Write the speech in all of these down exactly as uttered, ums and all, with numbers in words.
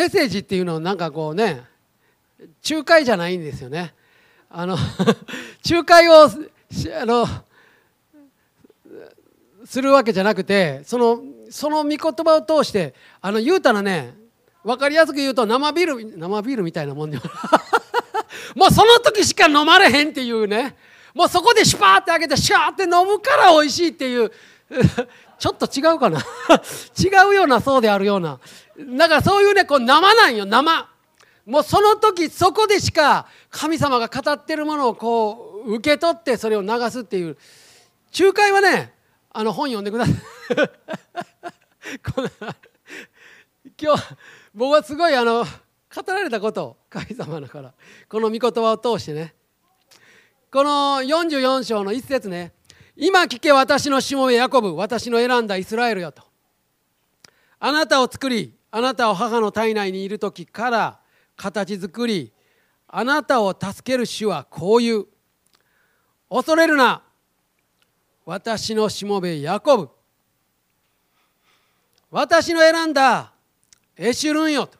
メッセージっていうのはなんかこうね、仲介じゃないんですよね。あの仲介をあのするわけじゃなくて、そのその御言葉を通してあの言うたらね、分かりやすく言うと生ビール生ビールみたいなもんでもうその時しか飲まれへんっていうね、もうそこでシュパーって開けてシャーって飲むから美味しいっていうちょっと違うかな違うようなそうであるような、だからそういうね、こう生なんよ、生。もうその時そこでしか神様が語ってるものをこう受け取ってそれを流すっていう仲介はね、あの本読んでくださいこの今日僕はすごいあの語られたことを神様だからこの御言葉を通してね、このよんじゅうよん章の一節ね、今聞け私のしもべヤコブ、私の選んだイスラエルよと。あなたを作り、あなたを母の体内にいる時から形作り、あなたを助ける主はこう言う。恐れるな、私のしもべヤコブ、私の選んだエシュルンよと。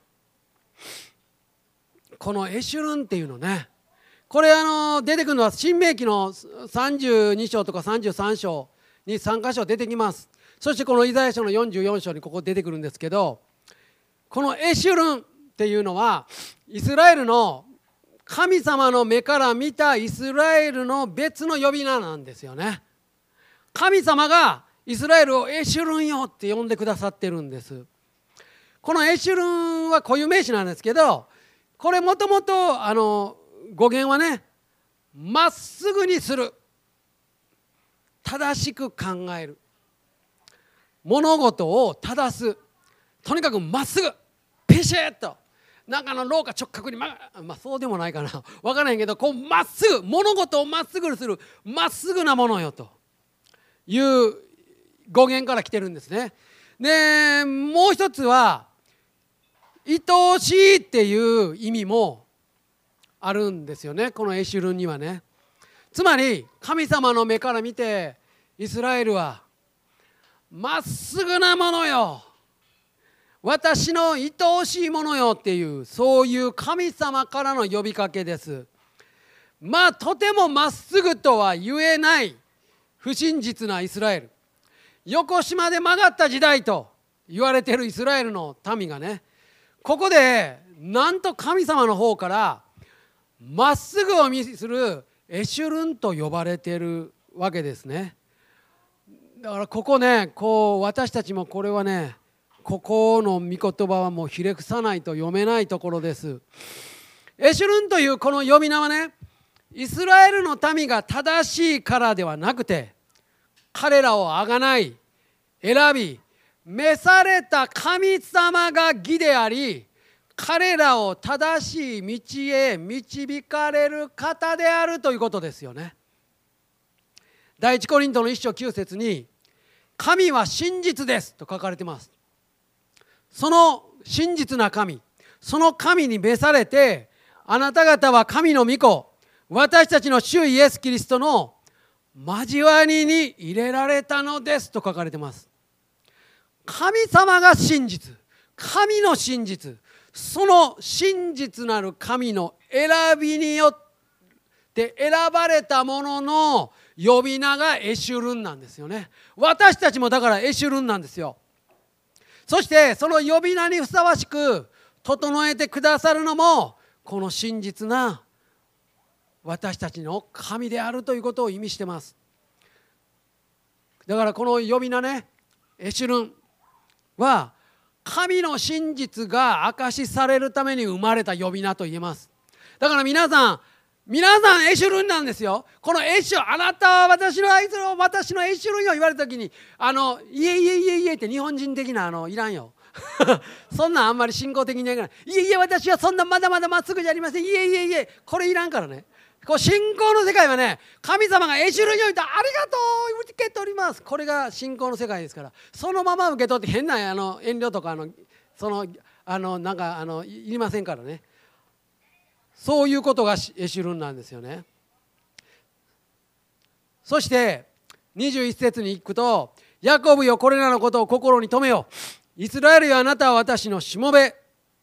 このエシュルンっていうのね、これあの出てくるのは新明記のさんじゅうに章とかさんじゅうさん章にさん箇所出てきます。そしてこのイザヤ書のよんじゅうよん章にここ出てくるんですけど、このエシュルンっていうのはイスラエルの神様の目から見たイスラエルの別の呼び名なんですよね。神様がイスラエルをエシュルンよって呼んでくださってるんです。このエシュルンは固有名詞なんですけど、これもともとあの語源はね、まっすぐにする、正しく考える、物事を正す、とにかくまっすぐピシッと、なんかあの廊下直角に、ままあそうでもないかな、分からへんけど、こうまっすぐ物事をまっすぐにする、まっすぐなものよという語源から来てるんですね。でもう一つは愛おしいっていう意味もあるんですよね、このエシュルンにはね。つまり神様の目から見てイスラエルはまっすぐなものよ、私の愛おしいものよっていう、そういう神様からの呼びかけです。まあとてもまっすぐとは言えない不真実なイスラエル、横島で曲がった時代と言われているイスラエルの民がね、ここでなんと神様の方からまっすぐを見するエシュルンと呼ばれているわけですね。だからここね、こう私たちもこれはね、ここの御言葉はもうひれ伏さないと読めないところです。エシュルンというこの呼び名はね、イスラエルの民が正しいからではなくて、彼らをあがない選び召された神様が義であり、彼らを正しい道へ導かれる方であるということですよね。第一コリントの一章九節に神は真実ですと書かれています。その真実な神、その神に召されて、あなた方は神の御子、私たちの主イエス・キリストの交わりに入れられたのですと書かれています。神様が真実、神の真実、その真実なる神の選びによって選ばれたものの呼び名がエシュルンなんですよね。私たちもだからエシュルンなんですよ。そしてその呼び名にふさわしく整えてくださるのもこの真実な私たちの神であるということを意味してます。だからこの呼び名ね、エシュルンは神の真実が証しされるために生まれた呼び名と言えます。だから皆さん皆さんエシュルンなんですよ。このエシュ、あなたは私の愛する私のエシュルンよ言われた時に、あのいえいえいえいえって日本人的なあのいらんよそんなんあんまり信仰的にないから、いえいえ私はそんなまだまだまっすぐじゃありません、いえいえいえ、これいらんからね。こう信仰の世界はね、神様がエシュルンよ言ったらありがとう受け取ります、これが信仰の世界ですから、そのまま受け取って変なあの遠慮とかあのそのあのなんかあのいりませんからね。そういうことがエシュルンなんですよね。そしてにじゅういち節に行くと、ヤコブよこれらのことを心に留めよ、イスラエルよあなたは私のしもべ、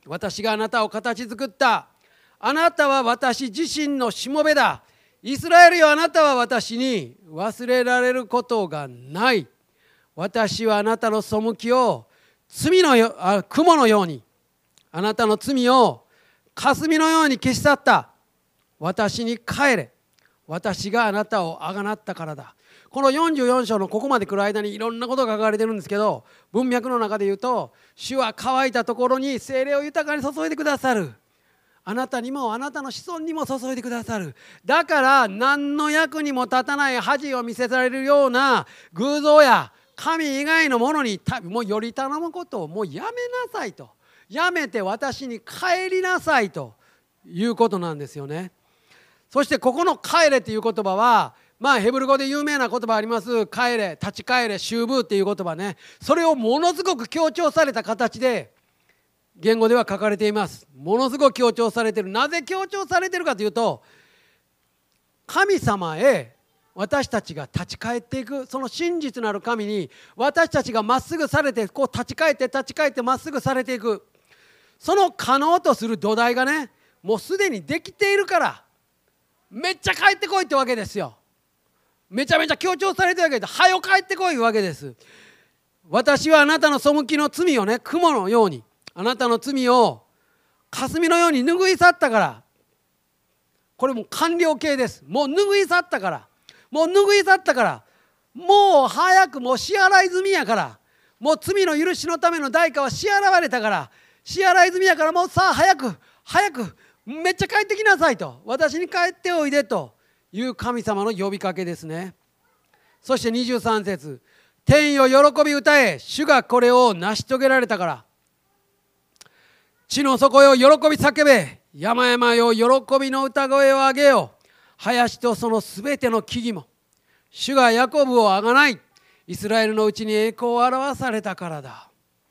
私があなたを形作った。あなたは私自身のしもべだ。イスラエルよ、あなたは私に忘れられることがない。私はあなたの背きを罪のよあ雲のように、あなたの罪を霞のように消し去った。私に帰れ。私があなたをあがなったからだ。このよんじゅうよん章のここまで来る間にいろんなことが書かれてるんですけど、文脈の中で言うと、主は乾いたところに聖霊を豊かに注いでくださる。あなたにもあなたの子孫にも注いでくださる。だから何の役にも立たない恥を見せられるような偶像や神以外のものにもうより頼むことをもうやめなさいと。やめて私に帰りなさいということなんですよね。そしてここの帰れという言葉は、まあヘブル語で有名な言葉あります。帰れ、立ち返れ、修ブっていう言葉ね。それをものすごく強調された形で言語では書かれています。ものすごく強調されている。なぜ強調されているかというと、神様へ私たちが立ち返っていく、その真実なる神に私たちがまっすぐされて、こう立ち返って立ち返ってまっすぐされていく、その可能とする土台がね、もうすでにできているから、めっちゃ帰ってこいってわけですよ。めちゃめちゃ強調されてるわけで、はよ帰ってこいわけです。私はあなたの背きの罪をね、雲のように、あなたの罪を霞のように拭い去ったから。これもう完了形です。もう拭い去ったから、もう拭い去ったから、もう早くもう支払い済みやから、もう罪の許しのための代価は支払われたから、支払い済みやから、もうさあ早く早くめっちゃ帰ってきなさいと、私に帰っておいでという神様の呼びかけですね。そしてにじゅうさん節、天よ喜び歌え、主がこれを成し遂げられたから。地の底よ喜び叫べ、山々よ喜びの歌声を上げよう。林とそのすべての木々も、主がヤコブをあがない、イスラエルのうちに栄光を表されたからだ。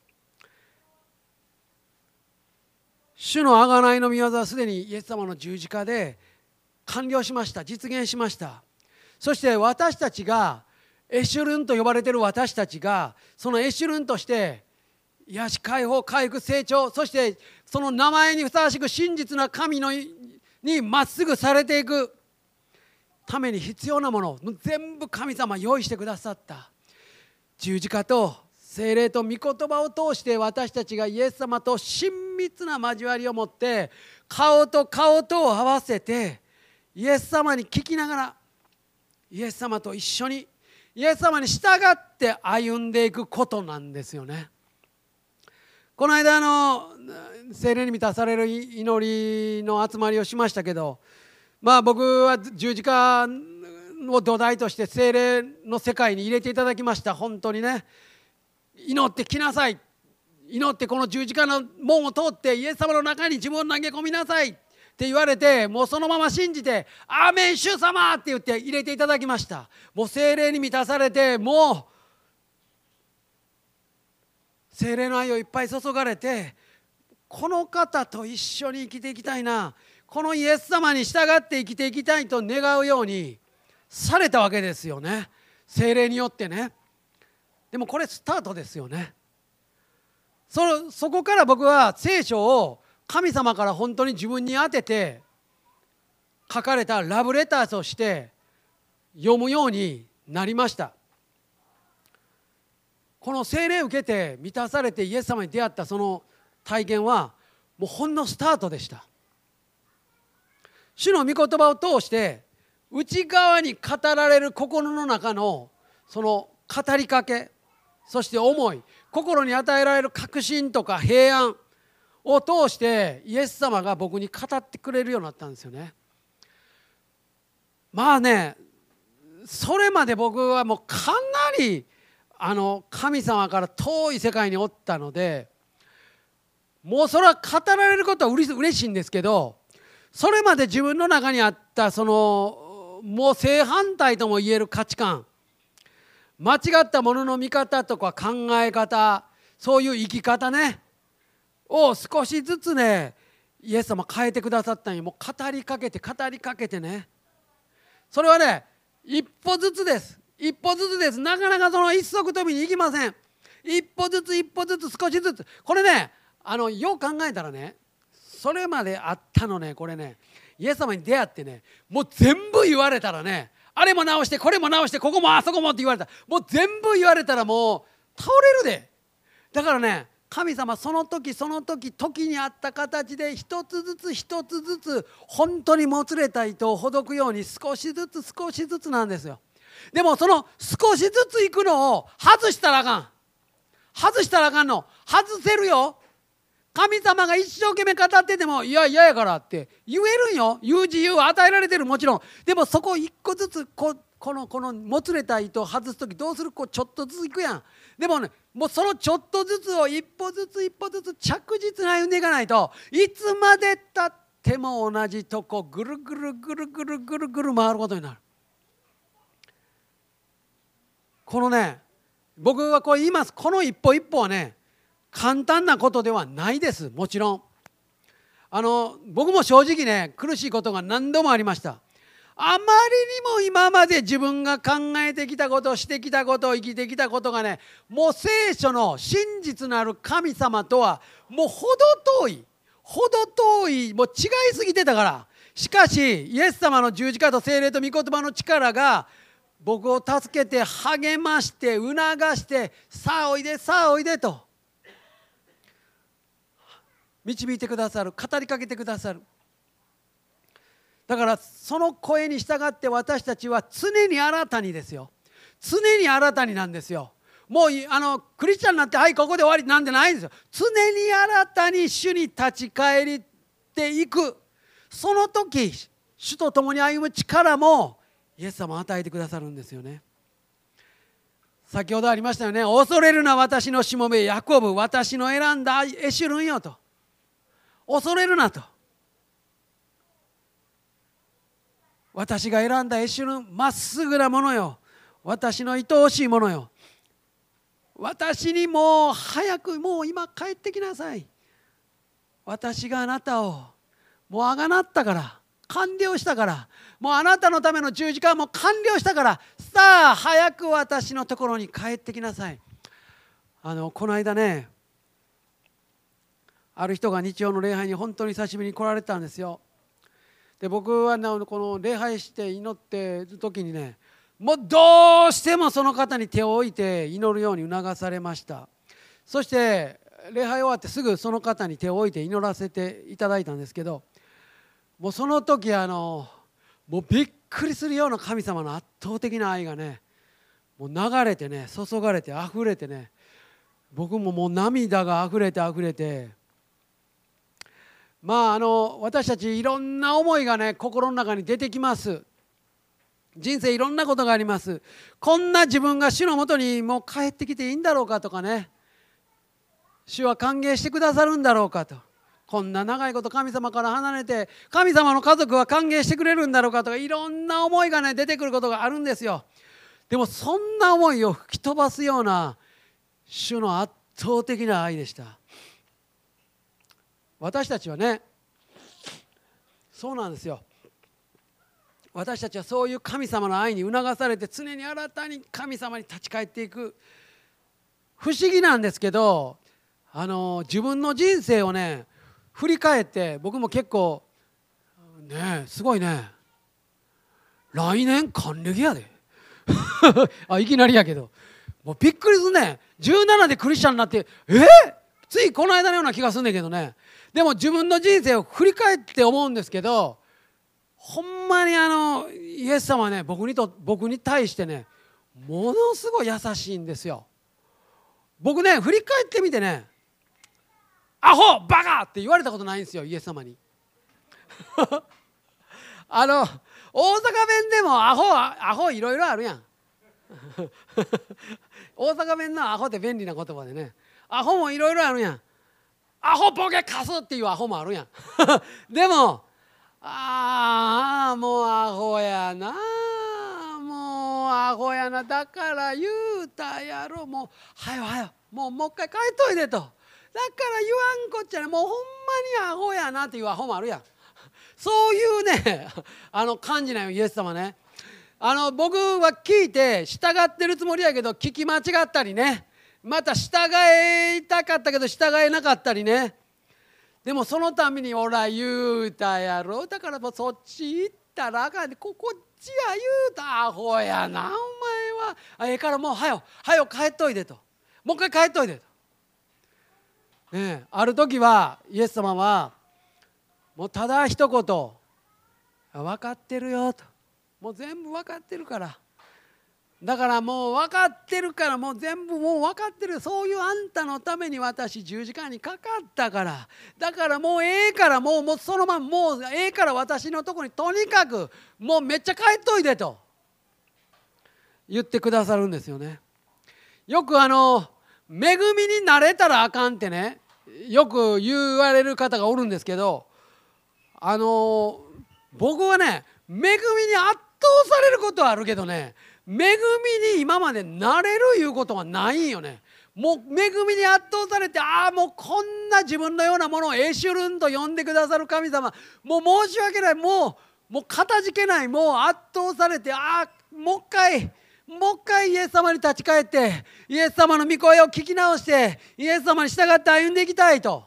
主のあがないの御業はすでにイエス様の十字架で完了しました。実現しました。そして私たちがエシュルンと呼ばれている私たちが、そのエシュルンとして癒し、解放、回復、成長、そしてその名前にふさわしく真実な神のにまっすぐされていくために必要なものを全部神様用意してくださった。十字架と聖霊と御言葉を通して、私たちがイエス様と親密な交わりを持って、顔と顔とを合わせてイエス様に聞きながら、イエス様と一緒にイエス様に従って歩んでいくことなんですよね。この間の聖霊に満たされる祈りの集まりをしましたけど、まあ僕は十字架を土台として聖霊の世界に入れていただきました。本当にね、祈ってきなさい、祈ってこの十字架の門を通ってイエス様の中に自分を投げ込みなさいって言われて、もうそのまま信じてアーメン主様って言って入れていただきました。もう聖霊に満たされて、もう聖霊の愛をいっぱい注がれて、この方と一緒に生きていきたいな、このイエス様に従って生きていきたいと願うようにされたわけですよね、聖霊によってね。でもこれスタートですよね。 そ, そこから僕は聖書を神様から本当に自分に当てて書かれたラブレターとして読むようになりました。この聖霊を受けて満たされてイエス様に出会ったその体験はもうほんのスタートでした。主の御言葉を通して内側に語られる心の中のその語りかけ、そして思い、心に与えられる確信とか平安を通してイエス様が僕に語ってくれるようになったんですよね。まあね、それまで僕はもうかなりあの神様から遠い世界におったので、もうそれは語られることはうれ嬉しいんですけど、それまで自分の中にあったそのもう正反対とも言える価値観、間違ったものの見方とか考え方、そういう生き方ねを少しずつねイエス様変えてくださったんよ。もう語りかけて語りかけてね、それはね一歩ずつです。一歩ずつです。なかなかその一足飛びにいきません。一歩ずつ一歩ずつ少しずつ。これね、 あのよう考えたらね、それまであったのね、これね、イエス様に出会ってね、もう全部言われたらね、あれも直してこれも直してここもあそこもって言われたら、もう全部言われたらもう倒れるで。だからね、神様その時その時時に合った形で一つずつ一つずつ本当にもつれた糸をほどくように少しずつ少しずつなんですよ。でもその少しずつ行くのを外したらあかん。外したらあかんの。外せるよ。神様が一生懸命語ってても、いや嫌やからって言えるんよ。言う自由は与えられてる、もちろん。でもそこを一個ずつここのこのもつれた糸を外す時どうする？こうちょっとずついくやん。でもね、もうそのちょっとずつを一歩ずつ一歩ずつ着実に歩んでいかないと、いつまでたっても同じとこぐるぐるぐるぐるぐるぐる回ることになる。このね、僕はこう言います。この一歩一歩はね、簡単なことではないです。もちろんあの僕も正直ね、苦しいことが何度もありました。あまりにも今まで自分が考えてきたこと、してきたこと、生きてきたことがね、もう聖書の真実なる神様とはもうほど遠い、ほど遠い、もう違いすぎてたから。しかしイエス様の十字架と聖霊と御言葉の力が僕を助けて励まして促して、さあおいでさあおいでと導いてくださる、語りかけてくださる。だからその声に従って私たちは常に新たにですよ。常に新たになんですよ。もうあのクリスチャンになってはいここで終わりなんてないんですよ。常に新たに主に立ち返りていく。その時主と共に歩む力もイエス様与えてくださるんですよね。先ほどありましたよね。恐れるな私のしもべヤコブ、私の選んだエシュルンよと。恐れるなと。私が選んだエシュルン、まっすぐなものよ。私の愛おしいものよ。私にもう早く、もう今帰ってきなさい。私があなたをもうあがなったから、完了したから、もうあなたのための十字架はもう完了したから、さあ早く私のところに帰ってきなさい。あのこの間ね、ある人が日曜の礼拝に本当に久しぶりに来られたんですよ。で僕はこの礼拝して祈っている時にね、もうどうしてもその方に手を置いて祈るように促されました。そして礼拝終わってすぐその方に手を置いて祈らせていただいたんですけど、もうその時あのもうびっくりするような神様の圧倒的な愛がね、もう流れてね、注がれてあふれてね、僕ももう涙があふれてあふれて、まああの私たちいろんな思いがね心の中に出てきます。人生いろんなことがあります。こんな自分が主のもとにもう帰ってきていいんだろうかとかね、主は歓迎してくださるんだろうかと、こんな長いこと神様から離れて神様の家族は歓迎してくれるんだろうかとか、いろんな思いがね出てくることがあるんですよ。でもそんな思いを吹き飛ばすような主の圧倒的な愛でした。私たちはね、そうなんですよ。私たちはそういう神様の愛に促されて常に新たに神様に立ち返っていく。不思議なんですけど、あの自分の人生をね振り返って、僕も結構ね、すごいね、来年還暦やであ、いきなりやけどもうびっくりすんね。じゅうななでクリスチャンになって、えー、ついこの間のような気がすんねんけどね。でも自分の人生を振り返って思うんですけど、ほんまにあのイエス様はね、僕にと僕に対してねものすごい優しいんですよ。僕ね振り返ってみてね、アホバカって言われたことないんですよ、イエス様にあの大阪弁でもアホアホいろいろあるやん大阪弁のアホって便利な言葉でね、アホもいろいろあるやん。アホボケカスっていうアホもあるやんでもああもうアホやな、もうアホやな、だから言うたやろ、もうはよはよもうもう一回帰っといでと、だから言わんこっちゃね、もうほんまにアホやなっていうアホもあるやん。そういうねあの感じなんよイエス様ね。あの僕は聞いて従ってるつもりやけど聞き間違ったりね、 また従いたかったけど従えなかったりね。でもそのためにおら言うたやろ。だからもうそっち行ったらあかんで、ここっちや言うたアホやなお前は。あええからもうはよはよ帰っといでと、もう一回帰っといでと、ねえ、ある時はイエス様はもうただ一言、分かってるよと、もう全部分かってるから、だからもう分かってるから、もう全部もう分かってる、そういうあんたのために私十字架にかかったから、だからもうええから、もうもうそのままもうええから私のとこにとにかくもうめっちゃ帰っといでと言ってくださるんですよね。よくあの恵みになれたらあかんってね、よく言われる方がおるんですけど、あの僕はね、恵みに圧倒されることはあるけどね、恵みに今までなれるいうことはないんよね。もう恵みに圧倒されて、ああもうこんな自分のようなものをエシュルンと呼んでくださる神様、もう申し訳ない、もうもうかたじけない、もう圧倒されて、ああもう一回もう一回イエス様に立ち返って、イエス様の御声を聞き直して、イエス様に従って歩んでいきたいと、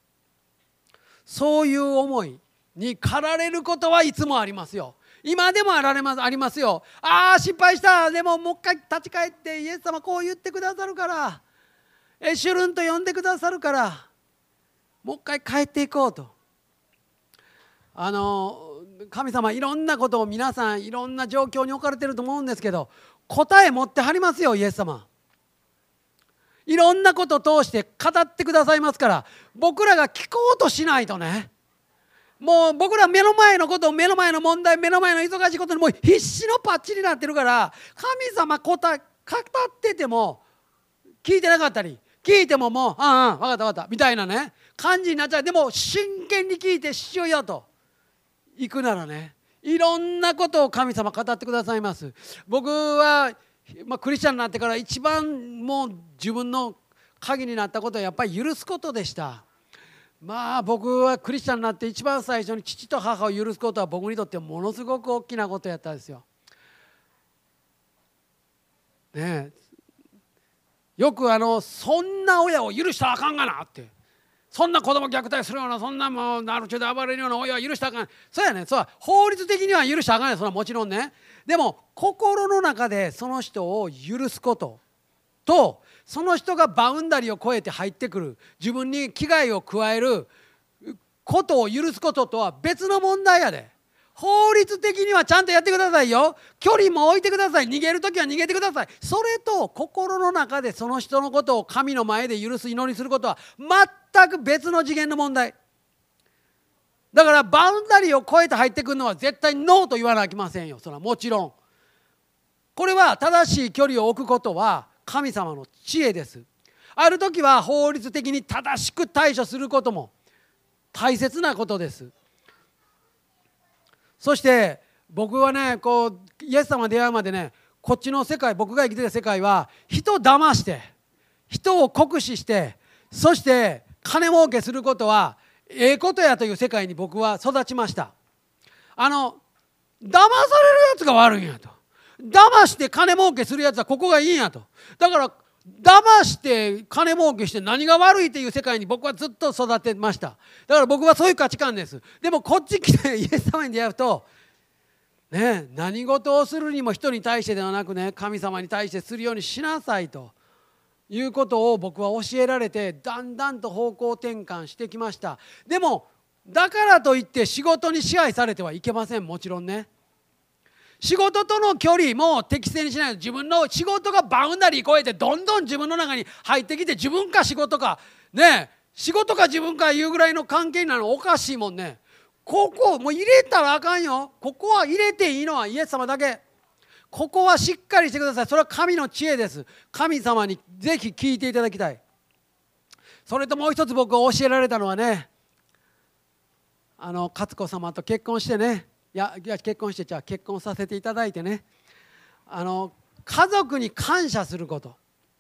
そういう思いに駆られることはいつもありますよ。今でもあられます、ありますよ。ああ失敗した、でももう一回立ち返って、イエス様こう言ってくださるから、エシュルンと呼んでくださるから、もう一回帰っていこうと。あの神様いろんなことを皆さんいろんな状況に置かれてると思うんですけど、答え持ってはりますよ。イエス様いろんなことを通して語ってくださいますから、僕らが聞こうとしないとね、もう僕ら目の前のこと、目の前の問題、目の前の忙しいことにもう必死のパッチになってるから、神様答え語ってても聞いてなかったり、聞いてももうああ分かった分かったみたいなね感じになっちゃう。でも真剣に聞いて父親と行くならね、いろんなことを神様語ってくださいます。僕は、まあ、クリスチャンになってから一番もう自分の鍵になったことはやっぱり許すことでした。まあ僕はクリスチャンになって一番最初に父と母を許すことは僕にとってものすごく大きなことやったんですよ。ねえ、よくあのそんな親を許したらあかんがなって、そんな子供虐待するような、そんなもうナルチュで暴れるような親は許したらあかん。そうやね、そう法律的には許したらあかんね、それはもちろんね。でも心の中でその人を許すことと、その人がバウンダリーを越えて入ってくる、自分に危害を加えることを許すこととは別の問題やで。法律的にはちゃんとやってくださいよ。距離も置いてください。逃げるときは逃げてください。それと心の中でその人のことを神の前で許す、祈りすることは全く別の次元の問題だから、バウンダリーを越えて入ってくるのは絶対ノーと言わなきゃいけませんよ。それはもちろんこれは正しい距離を置くことは神様の知恵です。ある時は法律的に正しく対処することも大切なことです。そして僕はね、こうイエス様に出会うまでね、こっちの世界、僕が生きてた世界は人を騙して、人を酷使して、そして金儲けすることはええことやという世界に僕は育ちました。あの騙されるやつが悪いんやと、騙して金儲けするやつはここがいいんやと。だから騙して金儲けして何が悪いっていう世界に僕はずっと育てました。だから僕はそういう価値観です。でもこっち来てイエス様に出会うとね、何事をするにも人に対してではなくね、神様に対してするようにしなさいということを僕は教えられて、だんだんと方向転換してきました。でもだからといって仕事に支配されてはいけません。もちろんね、仕事との距離も適正にしないと、自分の仕事がバウンダリー超えてどんどん自分の中に入ってきて、自分か仕事かね、仕事か自分かいうぐらいの関係になるのおかしいもんね。ここもう入れたらあかんよ。ここは入れていいのはイエス様だけ。ここはしっかりしてください。それは神の知恵です。神様にぜひ聞いていただきたい。それともう一つ僕が教えられたのはね、あの勝子様と結婚してね、いやいや結婚してじゃあ結婚させていただいてね、あの家族に感謝すること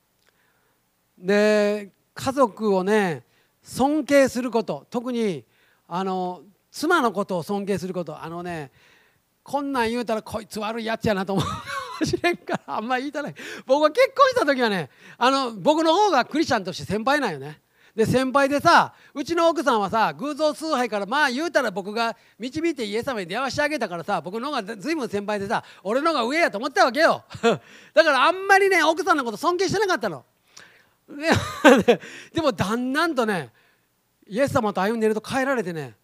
で、家族をね尊敬すること、特にあの妻のことを尊敬すること。あのね、こんなん言うたらこいつ悪いやつやなと思うもしれんからあんまり言いたない。僕が結婚した時はね、あの僕の方がクリスチャンとして先輩なんよね。で先輩でさ、うちの奥さんはさ偶像崇拝からまあ言うたら僕が導いてイエス様に出会わしてあげたからさ、僕の方が随分先輩でさ、俺の方が上やと思ったわけよだからあんまりね奥さんのこと尊敬してなかったの。で, でもだんだんとねイエス様と歩んでいると変えられてね、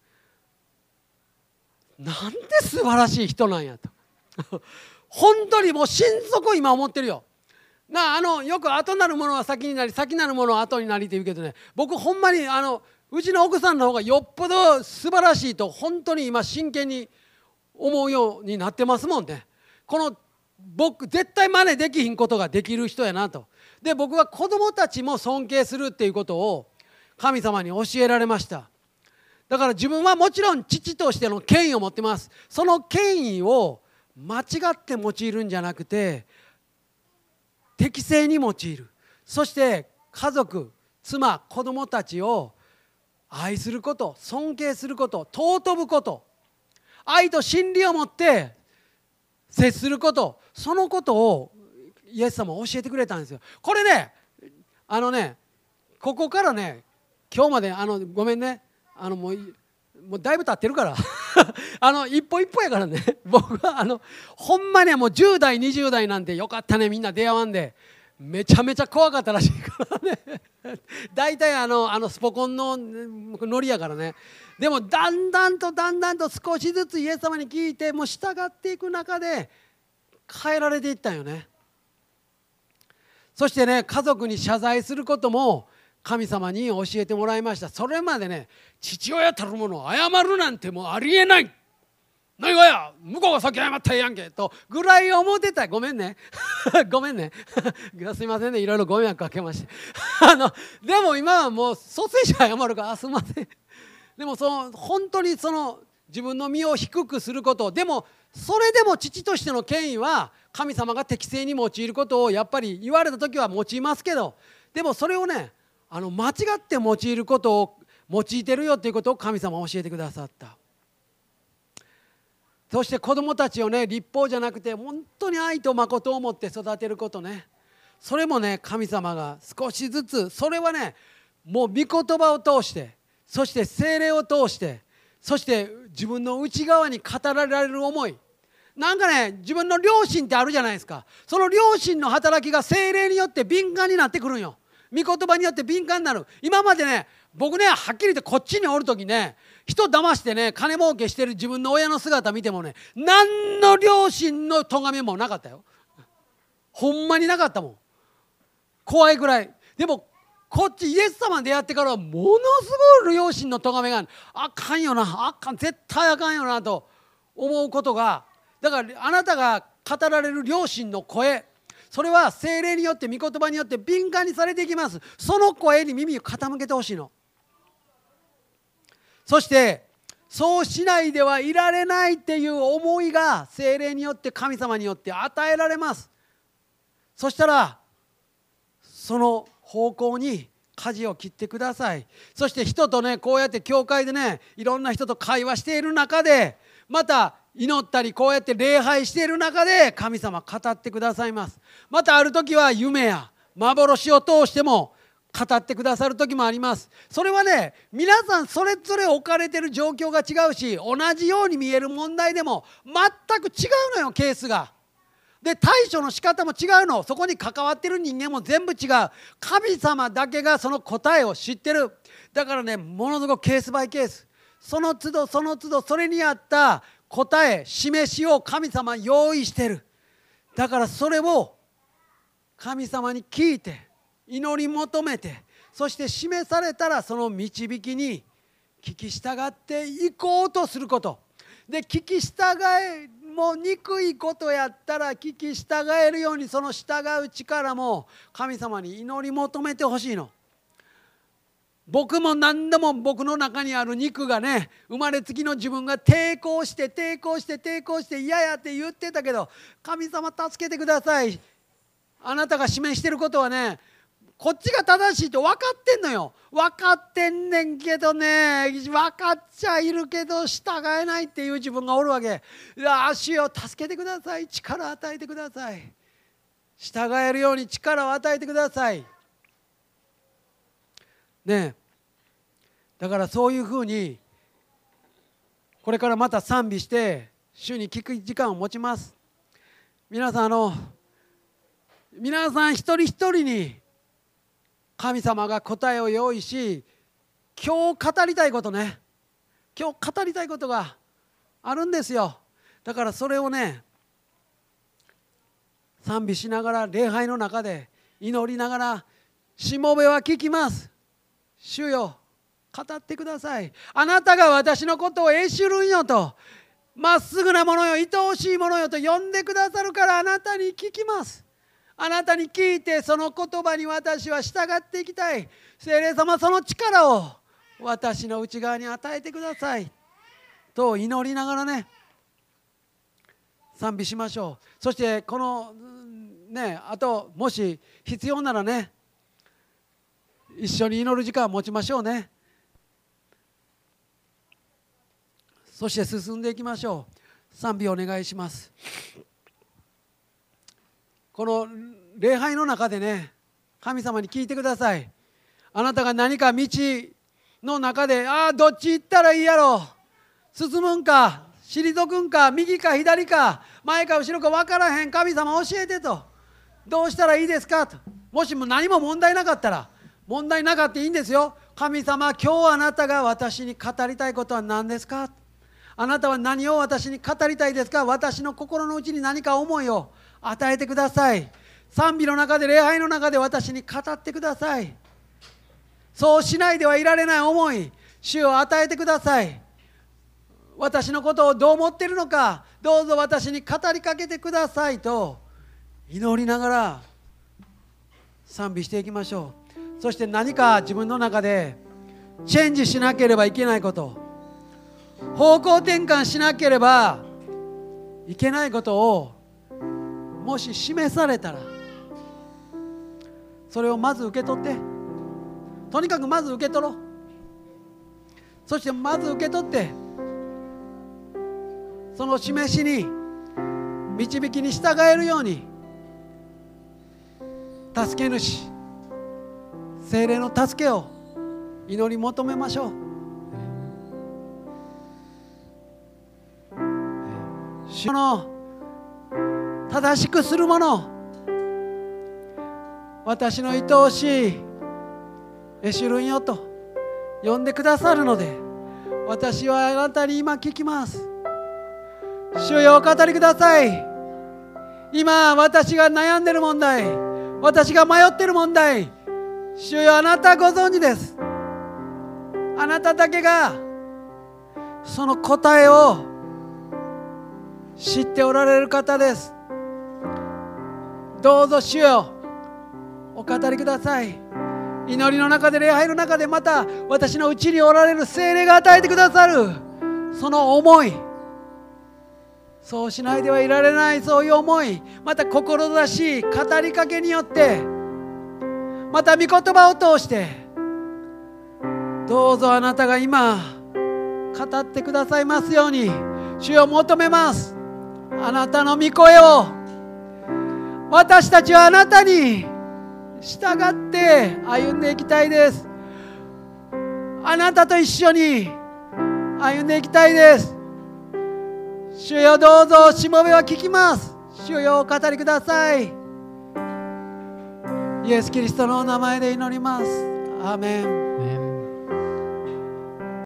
なんて素晴らしい人なんやと本当にもう心底今思ってるよな。あのよく後なるものは先になり先なるものは後になりって言うけどね、僕ほんまにあのうちの奥さんの方がよっぽど素晴らしいと本当に今真剣に思うようになってますもんね。この僕絶対真似できひんことができる人やなと。で僕は子供たちも尊敬するっていうことを神様に教えられました。だから自分はもちろん父としての権威を持ってます。その権威を間違って用いるんじゃなくて適正に用いる。そして家族、妻、子供たちを愛すること、尊敬すること、尊ぶこと、愛と真理を持って接すること、そのことをイエス様は教えてくれたんですよ。これね、あのね、ここからね、今日まであのごめんね、あのもうもうだいぶ経ってるからあの一歩一歩やからね僕はあのほんまにもうじゅう代にじゅう代なんてよかったねみんな出会わんでめちゃめちゃ怖かったらしいからね大体あのあのスポコンのノリやからね。でもだんだんとだんだんと少しずつイエス様に聞いてもう従っていく中で変えられていったんよね。そしてね家族に謝罪することも神様に教えてもらいました。それまでね父親たるものを謝るなんてもうありえない、何がや向こうが先謝ったらええやんけとぐらい思ってた。ごめんねごめんねすいませんね、いろいろご迷惑かけましてあのでも今はもう率先して謝るから、あすいませんでもその本当にその自分の身を低くすること、でもそれでも父としての権威は神様が適正に用いることをやっぱり言われた時は用いますけど、でもそれをねあの間違って用いることを用いてるよということを神様は教えてくださった。そして子どもたちをね立法じゃなくて本当に愛と誠を持って育てることね、それもね神様が少しずつ、それはねもう御言葉を通して、そして聖霊を通して、そして自分の内側に語られる思い、なんかね自分の良心ってあるじゃないですか。その良心の働きが聖霊によって敏感になってくるんよ。御言葉によって敏感になる。今までね僕ねはっきり言ってこっちにおる時ね、人騙してね金儲けしてる自分の親の姿見てもね何の良心の咎めもなかったよ。ほんまになかったもん、怖いぐらい。でもこっちイエス様に出会ってからはものすごい良心の咎めがある。あかんよな、あかん、絶対あかんよなと思うことが、だからあなたが語られる良心の声、それは聖霊によって御言葉によって敏感にされていきます。その声に耳を傾けてほしいの。そしてそうしないではいられないっていう思いが聖霊によって神様によって与えられます。そしたらその方向に舵を切ってください。そして人とねこうやって教会でねいろんな人と会話している中で、また祈ったりこうやって礼拝している中で神様語ってくださいます。またある時は夢や幻を通しても語ってくださる時もあります。それはね皆さんそれぞれ置かれている状況が違うし、同じように見える問題でも全く違うのよ、ケースが。で対処の仕方も違うの。そこに関わってる人間も全部違う。神様だけがその答えを知ってる。だからねものすごくケースバイケース、その都度その都度それに合った答え示しを神様用意してる。だからそれを神様に聞いて祈り求めて、そして示されたらその導きに聞き従っていこうとすることで、聞き従えも憎いことやったら聞き従えるようにその従う力も神様に祈り求めてほしいの。僕も何度も僕の中にある肉がね、生まれつきの自分が抵抗して抵抗して抵抗して嫌やって言ってたけど、神様助けてください。あなたが示していることはね、 こっちが正しいと分かってんのよ。分かってんねんけどね、分かっちゃいるけど従えないっていう自分がおるわけ。いや、主よ助けてください、力を与えてください、従えるように力を与えてくださいね。だからそういうふうにこれからまた賛美して主に聞く時間を持ちます。皆さんあの皆さん一人一人に神様が答えを用意し、今日語りたいことね、今日語りたいことがあるんですよ。だからそれをね、賛美しながら礼拝の中で祈りながら、しもべは聞きます。主よ語ってください。あなたが私のことをエシュルンよと、まっすぐなものよ、愛おしいものよと呼んでくださるから、あなたに聞きます。あなたに聞いてその言葉に私は従っていきたい。聖霊様、その力を私の内側に与えてくださいと祈りながらね、賛美しましょう。そしてこのね、あともし必要ならね、一緒に祈る時間を持ちましょうね。そして進んでいきましょう。賛美お願いします。この礼拝の中でね、神様に聞いてください。あなたが何か道の中で、ああどっち行ったらいいやろ、進むんか退くんか、右か左か前か後ろか分からへん、神様教えてと、どうしたらいいですかと。もしも何も問題なかったら、問題なかったいいんですよ。神様、今日あなたが私に語りたいことは何ですか。あなたは何を私に語りたいですか。私の心の内に何か思いを与えてください。賛美の中で、礼拝の中で私に語ってください。そうしないではいられない思い、主を与えてください。私のことをどう思っているのか、どうぞ私に語りかけてくださいと祈りながら賛美していきましょう。そして何か自分の中でチェンジしなければいけないこと、方向転換しなければいけないことをもし示されたら、それをまず受け取って、とにかくまず受け取ろう。そしてまず受け取って、その示しに導きに従えるように、助け主聖霊の助けを祈り求めましょう。主の正しくするもの、私の愛おしいエシュルンよと呼んでくださるので、私はあなたに今聞きます。主よお語りください。今私が悩んでいる問題、私が迷っている問題、主よあなたご存知です。あなただけがその答えを知っておられる方です。どうぞ主よお語りください。祈りの中で、礼拝の中で、また私のうちにおられる聖霊が与えてくださるその思い、そうしないではいられない、そういう思い、また志しい語りかけによって、また御言葉を通して、どうぞあなたが今語ってくださいますように、主よ求めます。あなたの御声を、私たちはあなたに従って歩んでいきたいです。あなたと一緒に歩んでいきたいです。主よどうぞ、しもべは聞きます。主よお語りください。イエス・キリストのお名前で祈ります。アーメン。